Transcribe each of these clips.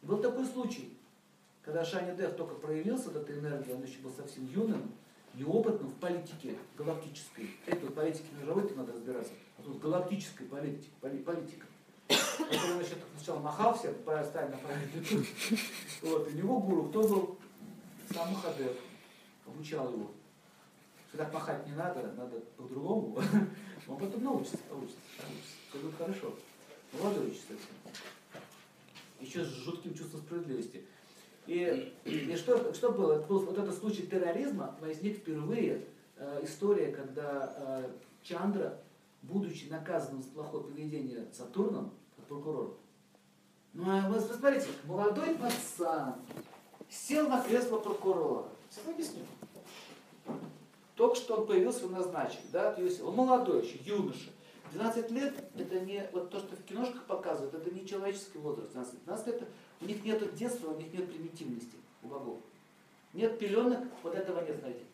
Был такой случай, когда Шани-Дев только проявился, вот эта энергия, он еще был совсем юным, неопытным в политике галактической. Это вот политике мировой-то надо разбираться, а тут галактической политика. Поэтому он еще сначала махал всем, ставил на правильный путь. Вот, у него гуру, кто был? Сам Махадев, обучал его. Что так махать не надо, надо по-другому. Он потом научится. Все будет хорошо. Молодой еще совсем. Еще с жутким чувством справедливости. И что было? Это был вот этот случай терроризма, возник впервые история, когда Чандра, будучи наказанным за плохое поведение Сатурном, как прокурор, ну а вы посмотрите, молодой пацан сел на кресло прокурора. Сейчас объясню. Только что он появился, он назначен, да, он молодой еще, юноша. 12 лет это не, вот то, что в киношках показывают, это не человеческий возраст. 12 лет, у них нет детства, у них нет примитивности, у богов. Нет пеленок, вот этого нет, знаете.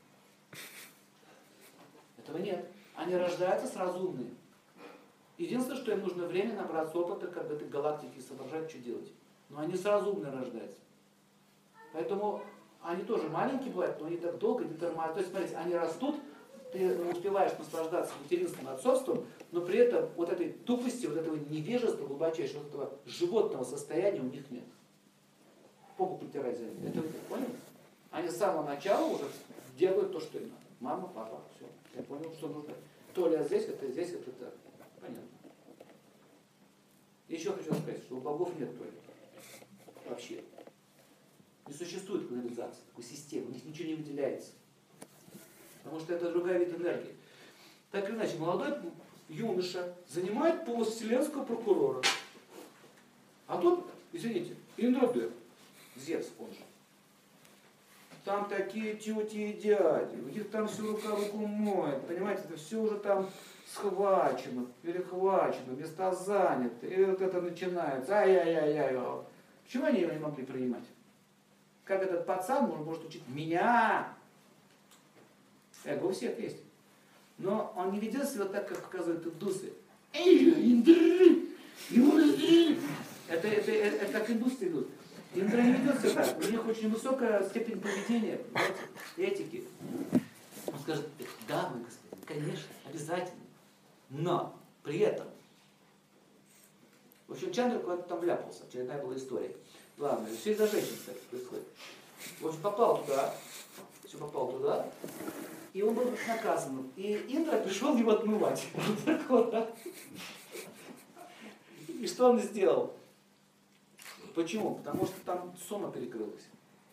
Этого нет. Они рождаются сразу умные. Единственное, что им нужно время набраться опыта, как в этой галактике соображать, что делать. Но они сразу умные рождаются. Поэтому они тоже маленькие бывают, но они так долго не тормозят. То есть, смотрите, они растут, ты успеваешь наслаждаться материнством, отцовством, но при этом вот этой тупости, вот этого невежества глубочайшего, вот этого животного состояния у них нет. Попу потирать за ними. Это вы поняли? Они с самого начала уже делают то, что им надо. Мама, папа, все. Я понял, что нужно. То ли здесь, это так. Понятно. И еще хочу сказать, что у богов нет туалета. Вообще. Не существует канализации, такой системы, у них ничего не выделяется. Потому что это другая вид энергии. Так или иначе, молодой юноша занимает пост вселенского прокурора. А тут, извините, Индрадев, Зевс он же. Там такие тети и дяди, у них там все рука руку моет, понимаете, это все уже там схвачено, перехвачено, места заняты, и вот это начинается, ай-яй-яй-яй. Почему они его не могли принимать? Как этот пацан может учить меня? Эго у всех есть. Но он не ведет себя так, как показывают индусы. Это как индусы идут. Индра не ведет себя так. У них очень высокая степень поведения, этики. Он скажет, да, мой господин, конечно, обязательно. Но при этом. В общем, Чандра куда-то там вляпался. Очередная была история. Ладно, все из-за женщин, кстати, происходит. В общем, попал туда, и он был наказан. И Индра пришел его отмывать. Вот так вот. И что он сделал? Почему? Потому что там сома перекрылась.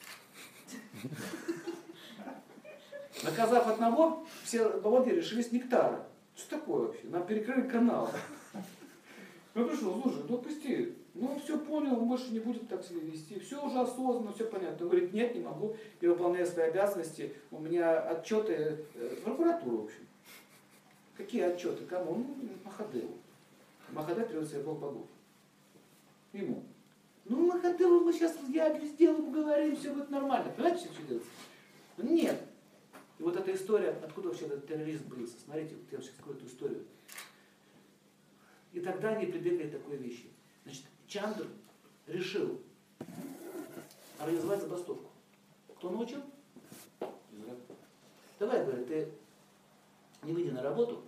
Наказав одного, все боги решились нектара. Что такое вообще? Нам перекрыли канал. Я пришел, слушай, ну отпусти. Ну все понял, он больше не будет так себя вести. Все уже осознанно, все понятно. Он говорит, нет, не могу, я выполняю свои обязанности. У меня отчеты, прокуратура, в общем. Какие отчеты? Кому? Ну, Махадеву. Махадев приводит себя Бог богов. Ему. Ну, Махадеву мы сейчас я сделаем, поговорим, все будет нормально. Понимаете, что делается? Нет. И вот эта история, откуда вообще этот терроризм появился? Смотрите, вот я сейчас какую-то историю. И тогда они прибегли к такой вещи. Значит, Чандр решил организовать забастовку. Кто научил? Давай, говорит, ты не выйди на работу,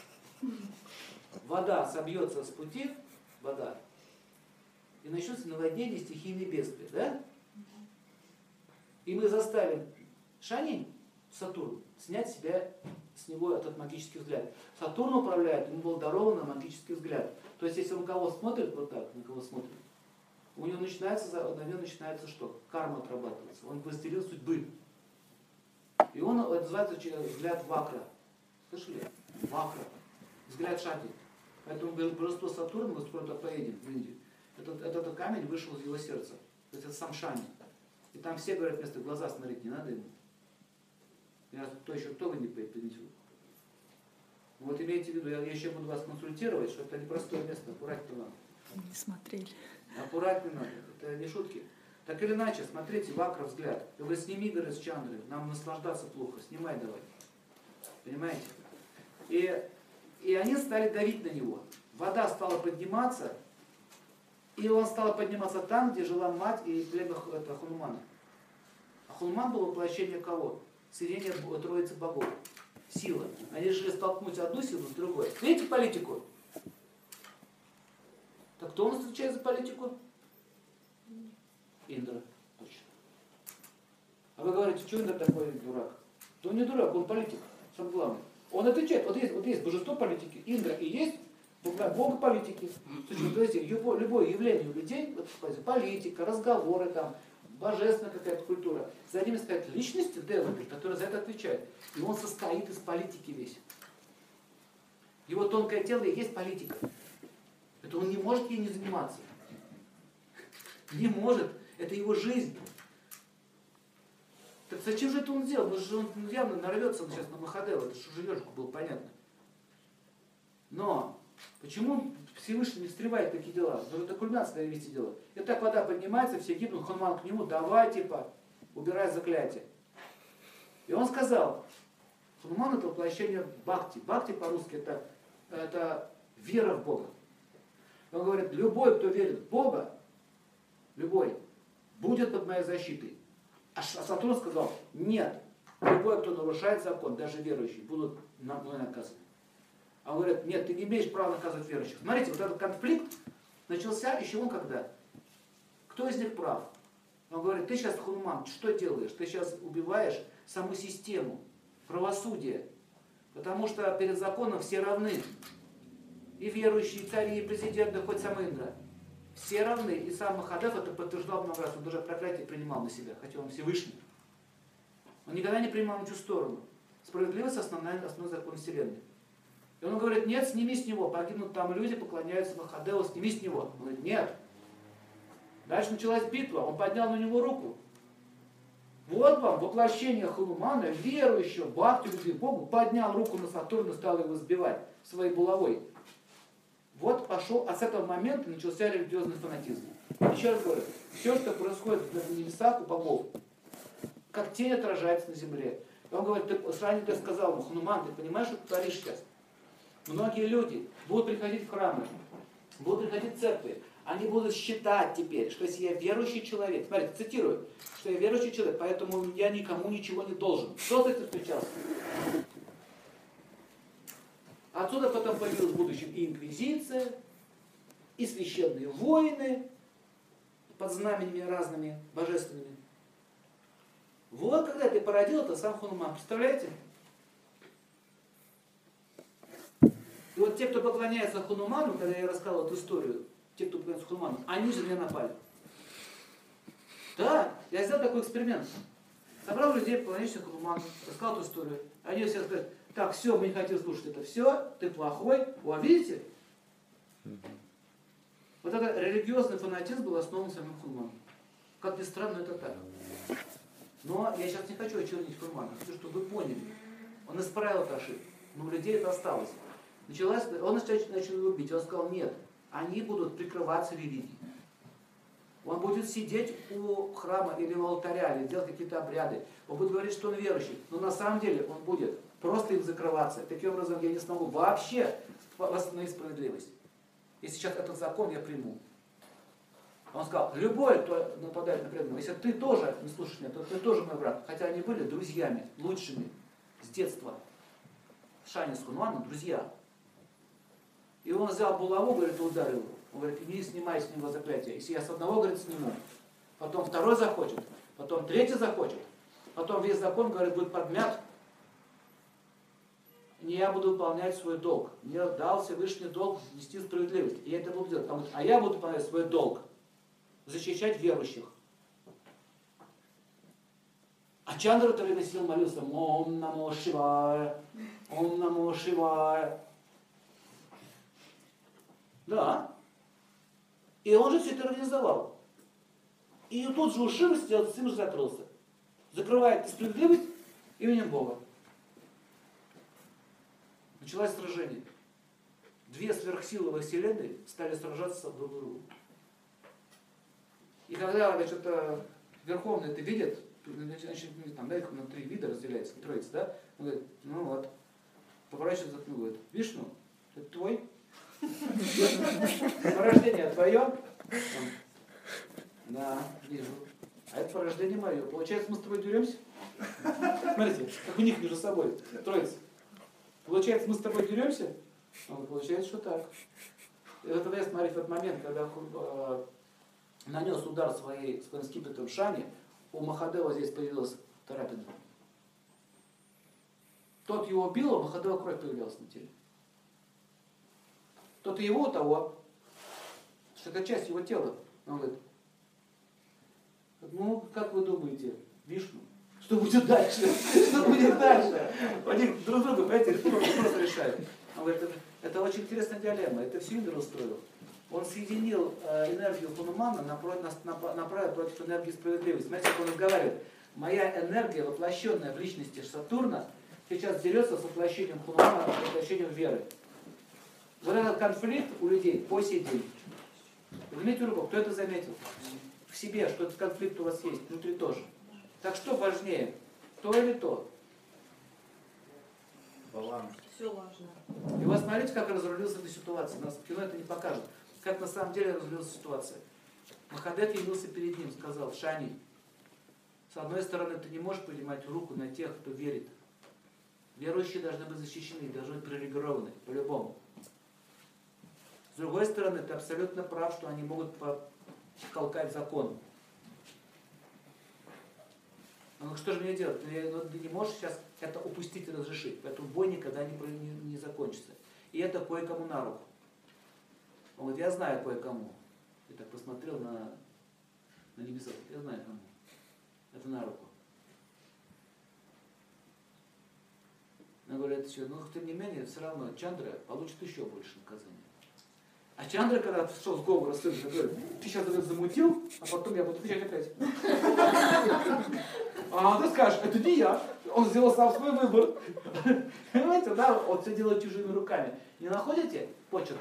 вода собьется с пути, вода, и начнется наводнение, стихийные бедствия, да? И мы заставим Шани, Сатурн, снять себя с него этот магический взгляд. Сатурн управляет, ему был дарован магический взгляд. То есть, если он кого смотрит вот так, на кого смотрит, у него начинается что? Карма отрабатывается. Он властелин судьбы. И он называется взгляд Вакра. Слышали? Вакра. Взгляд Шати. Поэтому божество Сатурна, мы скоро туда поедем в Индию. Этот камень вышел из его сердца. То есть это сам Шани. И там все говорят, вместо глаза смотреть не надо ему. Кто вы не принесет? Вот имейте в виду, я еще буду вас консультировать, что это непростое место, аккуратнее надо. Не смотрели. Аккуратнее надо, это не шутки. Так или иначе, смотрите, Вакра взгляд. Я говорю, сними, говорит, с Чандры, нам наслаждаться плохо, снимай давай. Понимаете? И они стали давить на него. Вода стала подниматься, И он стал подниматься там, где жила мать и племя Ханумана. А Хануман был воплощение кого? Соединение троицы богов. Сила. Они решили столкнуть одну силу с другой. Видите политику? Так кто у нас отвечает за политику? Индра. Точно. А вы говорите, что Индра такой дурак? То он не дурак, он политик. Самое главное. Он отвечает. Вот есть божество политики. Индра и есть бог политики. Любое явление у людей, вот, политика, разговоры, там, божественная какая-то культура. За ними стоят личности, девоты, которые за это отвечают. И он состоит из политики весь. Его тонкое тело и есть политика. Это он не может ей не заниматься. Не может. Это его жизнь. Так зачем же это он сделал? Потому что он явно нарвется сейчас на Махадева. Это что живешку было понятно. Но почему Всевышний не встревает такие дела? Потому что это кульминация вести дела. И так вода поднимается, все гибнут, Хануман к нему, давай, типа, убирай заклятие. И он сказал, Хануман это воплощение бхакти. Бхакти по-русски это вера в Бога. Он говорит, любой, кто верит в Бога, любой, будет под моей защитой. А Сатурн сказал, нет, любой, кто нарушает закон, даже верующие, будут мной наказаны. А он говорит, нет, ты не имеешь права наказывать верующих. Смотрите, вот этот конфликт начался еще он когда? Кто из них прав? Он говорит, ты сейчас, Хануман, что делаешь? Ты сейчас убиваешь саму систему правосудия. Потому что перед законом все равны. И верующие, и цари, и президенты, хоть сам Индра. Все равны. И сам Махадев это подтверждал много раз. Он даже проклятие принимал на себя, хотя он Всевышний. Он никогда не принимал ничью сторону. Справедливость основной закон Вселенной. И он говорит, нет, сними с него. Погибнут там люди, поклоняются Махадеву, сними с него. Он говорит, нет. Дальше началась битва. Он поднял на него руку. Вот вам воплощение Ханумана, верующего, бхакти, любви к Богу, поднял руку на Сатурна и стал его сбивать своей булавой. Вот пошел, а с этого момента начался религиозный фанатизм. Еще раз говорю, все, что происходит на небесах у богов, как тень отражается на земле. И он говорит, ранее ты сказал ему, Хануман, ты понимаешь, что ты творишь сейчас? Многие люди будут приходить в храмы, будут приходить в церкви, они будут считать теперь, что если я верующий человек, смотрите, цитирую, что я верующий человек, поэтому я никому ничего не должен. Кто с этим встречался? Отсюда потом появилась в будущем и инквизиция, и священные войны под знаменями разными божественными. Вот когда ты породил, это сам Хануман. Представляете? И вот те, кто поклоняется Хануману, когда я рассказал эту историю, те, кто поклоняется Хануману, они же меня напали. Да, я сделал такой эксперимент. Собрал людей, поклоняющихся Хануману, рассказал эту историю. Они все сказали, так, все, мы не хотим слушать это, все, ты плохой. О, видите? Вот этот религиозный фанатизм был основан самим Хануманом. Как ни странно, это так. Но я сейчас не хочу очернить Ханумана, хочу, чтобы вы поняли. Он исправил эту ошибку, но у людей это осталось. Он начал его бить, он сказал, нет, они будут прикрываться религией. Он будет сидеть у храма или у алтаря, или делать какие-то обряды. Он будет говорить, что он верующий, но на самом деле он будет просто им закрываться. Таким образом я не смогу вообще восстановить справедливость. И сейчас этот закон я приму. Он сказал, любой, кто нападает на преданного, если ты тоже не слушаешь меня, то ты тоже мой брат. Хотя они были друзьями, лучшими с детства. Шани с Хануманом друзья. И он взял булаву, говорит, и ударил его. Он говорит, не снимай с него заклятие. Если я с одного, говорит, сниму, потом второй захочет, потом третий захочет, потом весь закон, говорит, будет подмят. Не я буду выполнять свой долг. Мне дал Всевышний долг нести справедливость. И я это буду делать. Он говорит, а я буду выполнять свой долг. Защищать верующих. А Чандра в это время сидел, молился, Ом намо Шивая, Ом намо Шивая. Да. И он же все это организовал. И тут же у Шивы сидел, сын же закрылся. Закрывает справедливость именем Бога. Началось сражение. Две сверхсилы во Вселенной стали сражаться друг с другом. И когда, значит, Верховный это видит, значит, там, да, их на 3 вида разделяется, троица, да? Он говорит, ну вот, поворачивается, говорит, Вишну, это твой? Порождение твое? Да, вижу. А это порождение мое. Получается, мы с тобой деремся? Смотрите, как у них между собой. Троица. Получается, мы с тобой деремся? Получается, что так. И вот тогда, смотрите, в этот момент, когда нанес удар своим скипетром Шани, у Махадева здесь появилась царапина. Тот его бил, а у Махадева кровь появлялась на теле. Тот его, у того. Что это часть его тела. Он говорит, ну, как вы думаете, Вишну? Что будет дальше? Что будет дальше? Они друг друга, понимаете, просто решают. Он говорит, это очень интересная дилемма. Это все Индра устроил. Он соединил энергию Ханумана, направил против энергии справедливости. Знаете, как он разговаривает? Моя энергия, воплощенная в личности Сатурна, сейчас дерется с воплощением Ханумана, с воплощением веры. Вот этот конфликт у людей по сей день. Заметьте руку, кто это заметил? В себе, что этот конфликт у вас есть, внутри тоже. Так что важнее, то или то? Баланс. Все важно. И вот смотрите, как разрулилась эта ситуация. Нас в кино это не покажет. Как на самом деле разрулилась ситуация. Махадев явился перед ним, сказал, Шани, с одной стороны, ты не можешь поднимать руку на тех, кто верит. Верующие должны быть защищены, должны быть привилегированы, по-любому. С другой стороны, ты абсолютно прав, что они могут толкать закон. Ну что же мне делать? Ты не можешь сейчас это упустить и разрешить. Поэтому бой никогда не закончится. И это кое-кому на руку. Он говорит, я знаю кое-кому. Я так посмотрел на небеса. Я знаю кому. Это на руку. Но говорят, еще, но тем не менее, все равно Чандра получит еще больше наказания. А Чандра, когда шел в говор, говорит, ты сейчас замутил, а потом я буду отвечать опять. А ты скажешь, это не я. Он сделал сам свой выбор. Понимаете, да, он все делает чужими руками. Не находите почерк?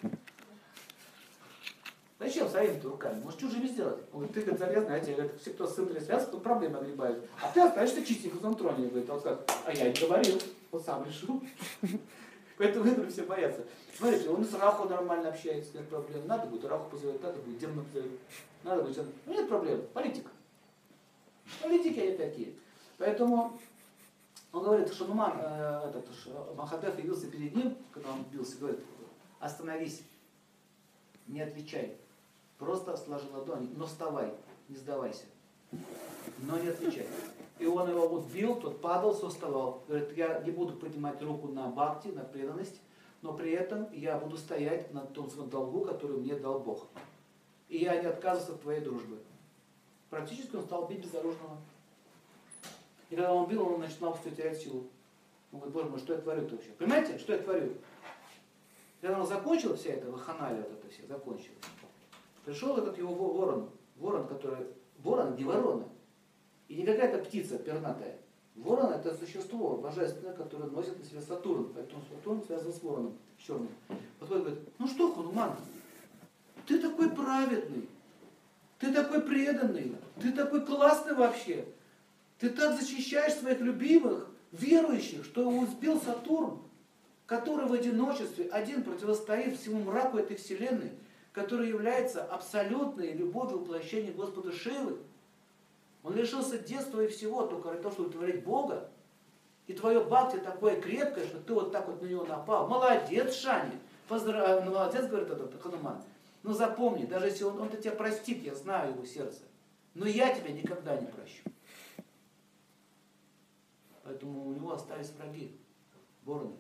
Зачем своими-то руками? Может, чужими сделать? Он говорит, ты, говорит, завязанный, а тебе, все, кто с Индрой связан, кто проблемы огребают. А ты останешься чистенько на троне. Говорит, он скажет, а я не говорил, он сам решил. Поэтому Индры все боятся. Смотрите, он с Раху нормально общается, нет проблем. Надо будет Раху позовет, надо будет демона позовет. Надо будет, ну нет проблем, политика. Политики они такие. Поэтому он говорит, что Махадев явился перед ним, когда он бился, говорит, остановись, не отвечай. Просто сложи ладони, но вставай, не сдавайся. Но не отвечай. И он его вот бил, тот падал, все вставал. Говорит, я не буду поднимать руку на бхакти, на преданность, но при этом я буду стоять на том своем долгу, который мне дал Бог. И я не отказываюсь от твоей дружбы. Практически он стал бить безоружного. И когда он бил, он начинал все терять силу. Он говорит, боже мой, что я творю-то вообще? Понимаете, что я творю? Когда он закончил вся эта вахханалия, вот это все закончилось, пришел этот его ворон, ворон не ворона, и не какая-то птица пернатая. Ворон это существо божественное, которое носит на себе Сатурн, поэтому Сатурн связан с вороном, с черным. Вот он говорит, ну что, Хануман, ты такой праведный, ты такой преданный, ты такой классный вообще, ты так защищаешь своих любимых, верующих, что его сбил Сатурн, который в одиночестве один противостоит всему мраку этой вселенной, который является абсолютной любовью воплощения Господа Шивы. Он лишился детства и всего, только ради того, чтобы творить Бога. И твое бхакти такое крепкое, что ты вот так вот на него напал. Молодец, Шани. Молодец, говорит этот Хануман. Но запомни, даже если он-то тебя простит, я знаю его сердце, но я тебя никогда не прощу. Поэтому у него остались враги, вороны.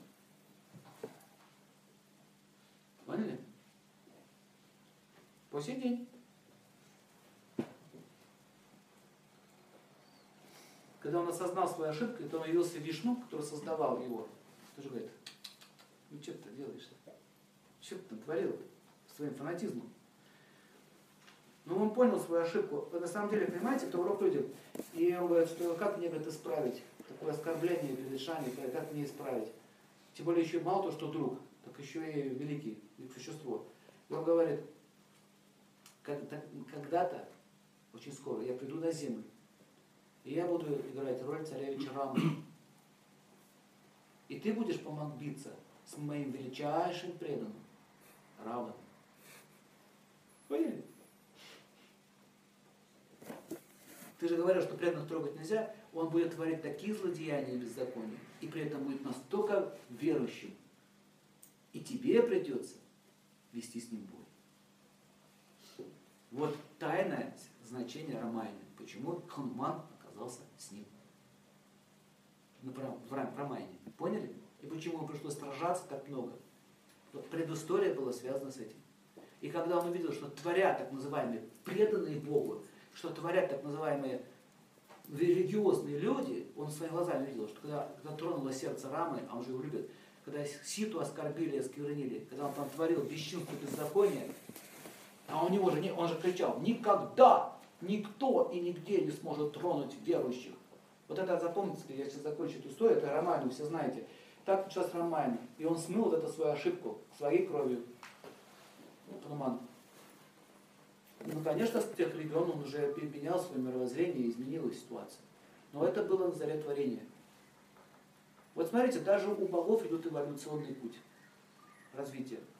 Поняли? По сей день. Когда он осознал свою ошибку, то он явился Вишну, который создавал его. Тоже говорит, ну что ты делаешь-то? Что ты натворил с твоим фанатизмом? Но он понял свою ошибку. Вы на самом деле, понимаете, это урок людям. И он говорит, что как мне это исправить? Такое оскорбление перед Шани, как мне исправить? Тем более еще мало то, что друг, так еще и великий существо. И он говорит, когда-то, очень скоро, я приду на землю, и я буду играть роль царевича Рамы. И ты будешь биться с моим величайшим преданным, Раваном. Поняли? Ты же говорил, что преданных трогать нельзя, он будет творить такие злодеяния и беззакония, и при этом будет настолько верующим, и тебе придется вести с ним бой. Вот тайное значение Рамайны. Почему Хануман оказался с ним в Рамайне. Поняли? И почему ему пришлось сражаться так много. Вот предыстория была связана с этим. И когда он увидел, что творят так называемые преданные Богу, что творят так называемые религиозные люди, он своими глазами видел, что когда тронуло сердце Рамы, а он же его любит, когда Ситу оскорбили, осквернили, когда он там творил бесчинство, беззаконие, а у него же, он же кричал: никогда никто и нигде не сможет тронуть верующих. Вот это запомните, я сейчас закончу эту историю, это Рамайну, все знаете. Так сейчас Рамайну. И он смыл вот эту свою ошибку своей кровью. Хануман. Ну, конечно, с тех времен он уже менял свое мировоззрение и изменилась ситуация. Но это было на заре творения. Вот смотрите, даже у богов идет эволюционный путь развития.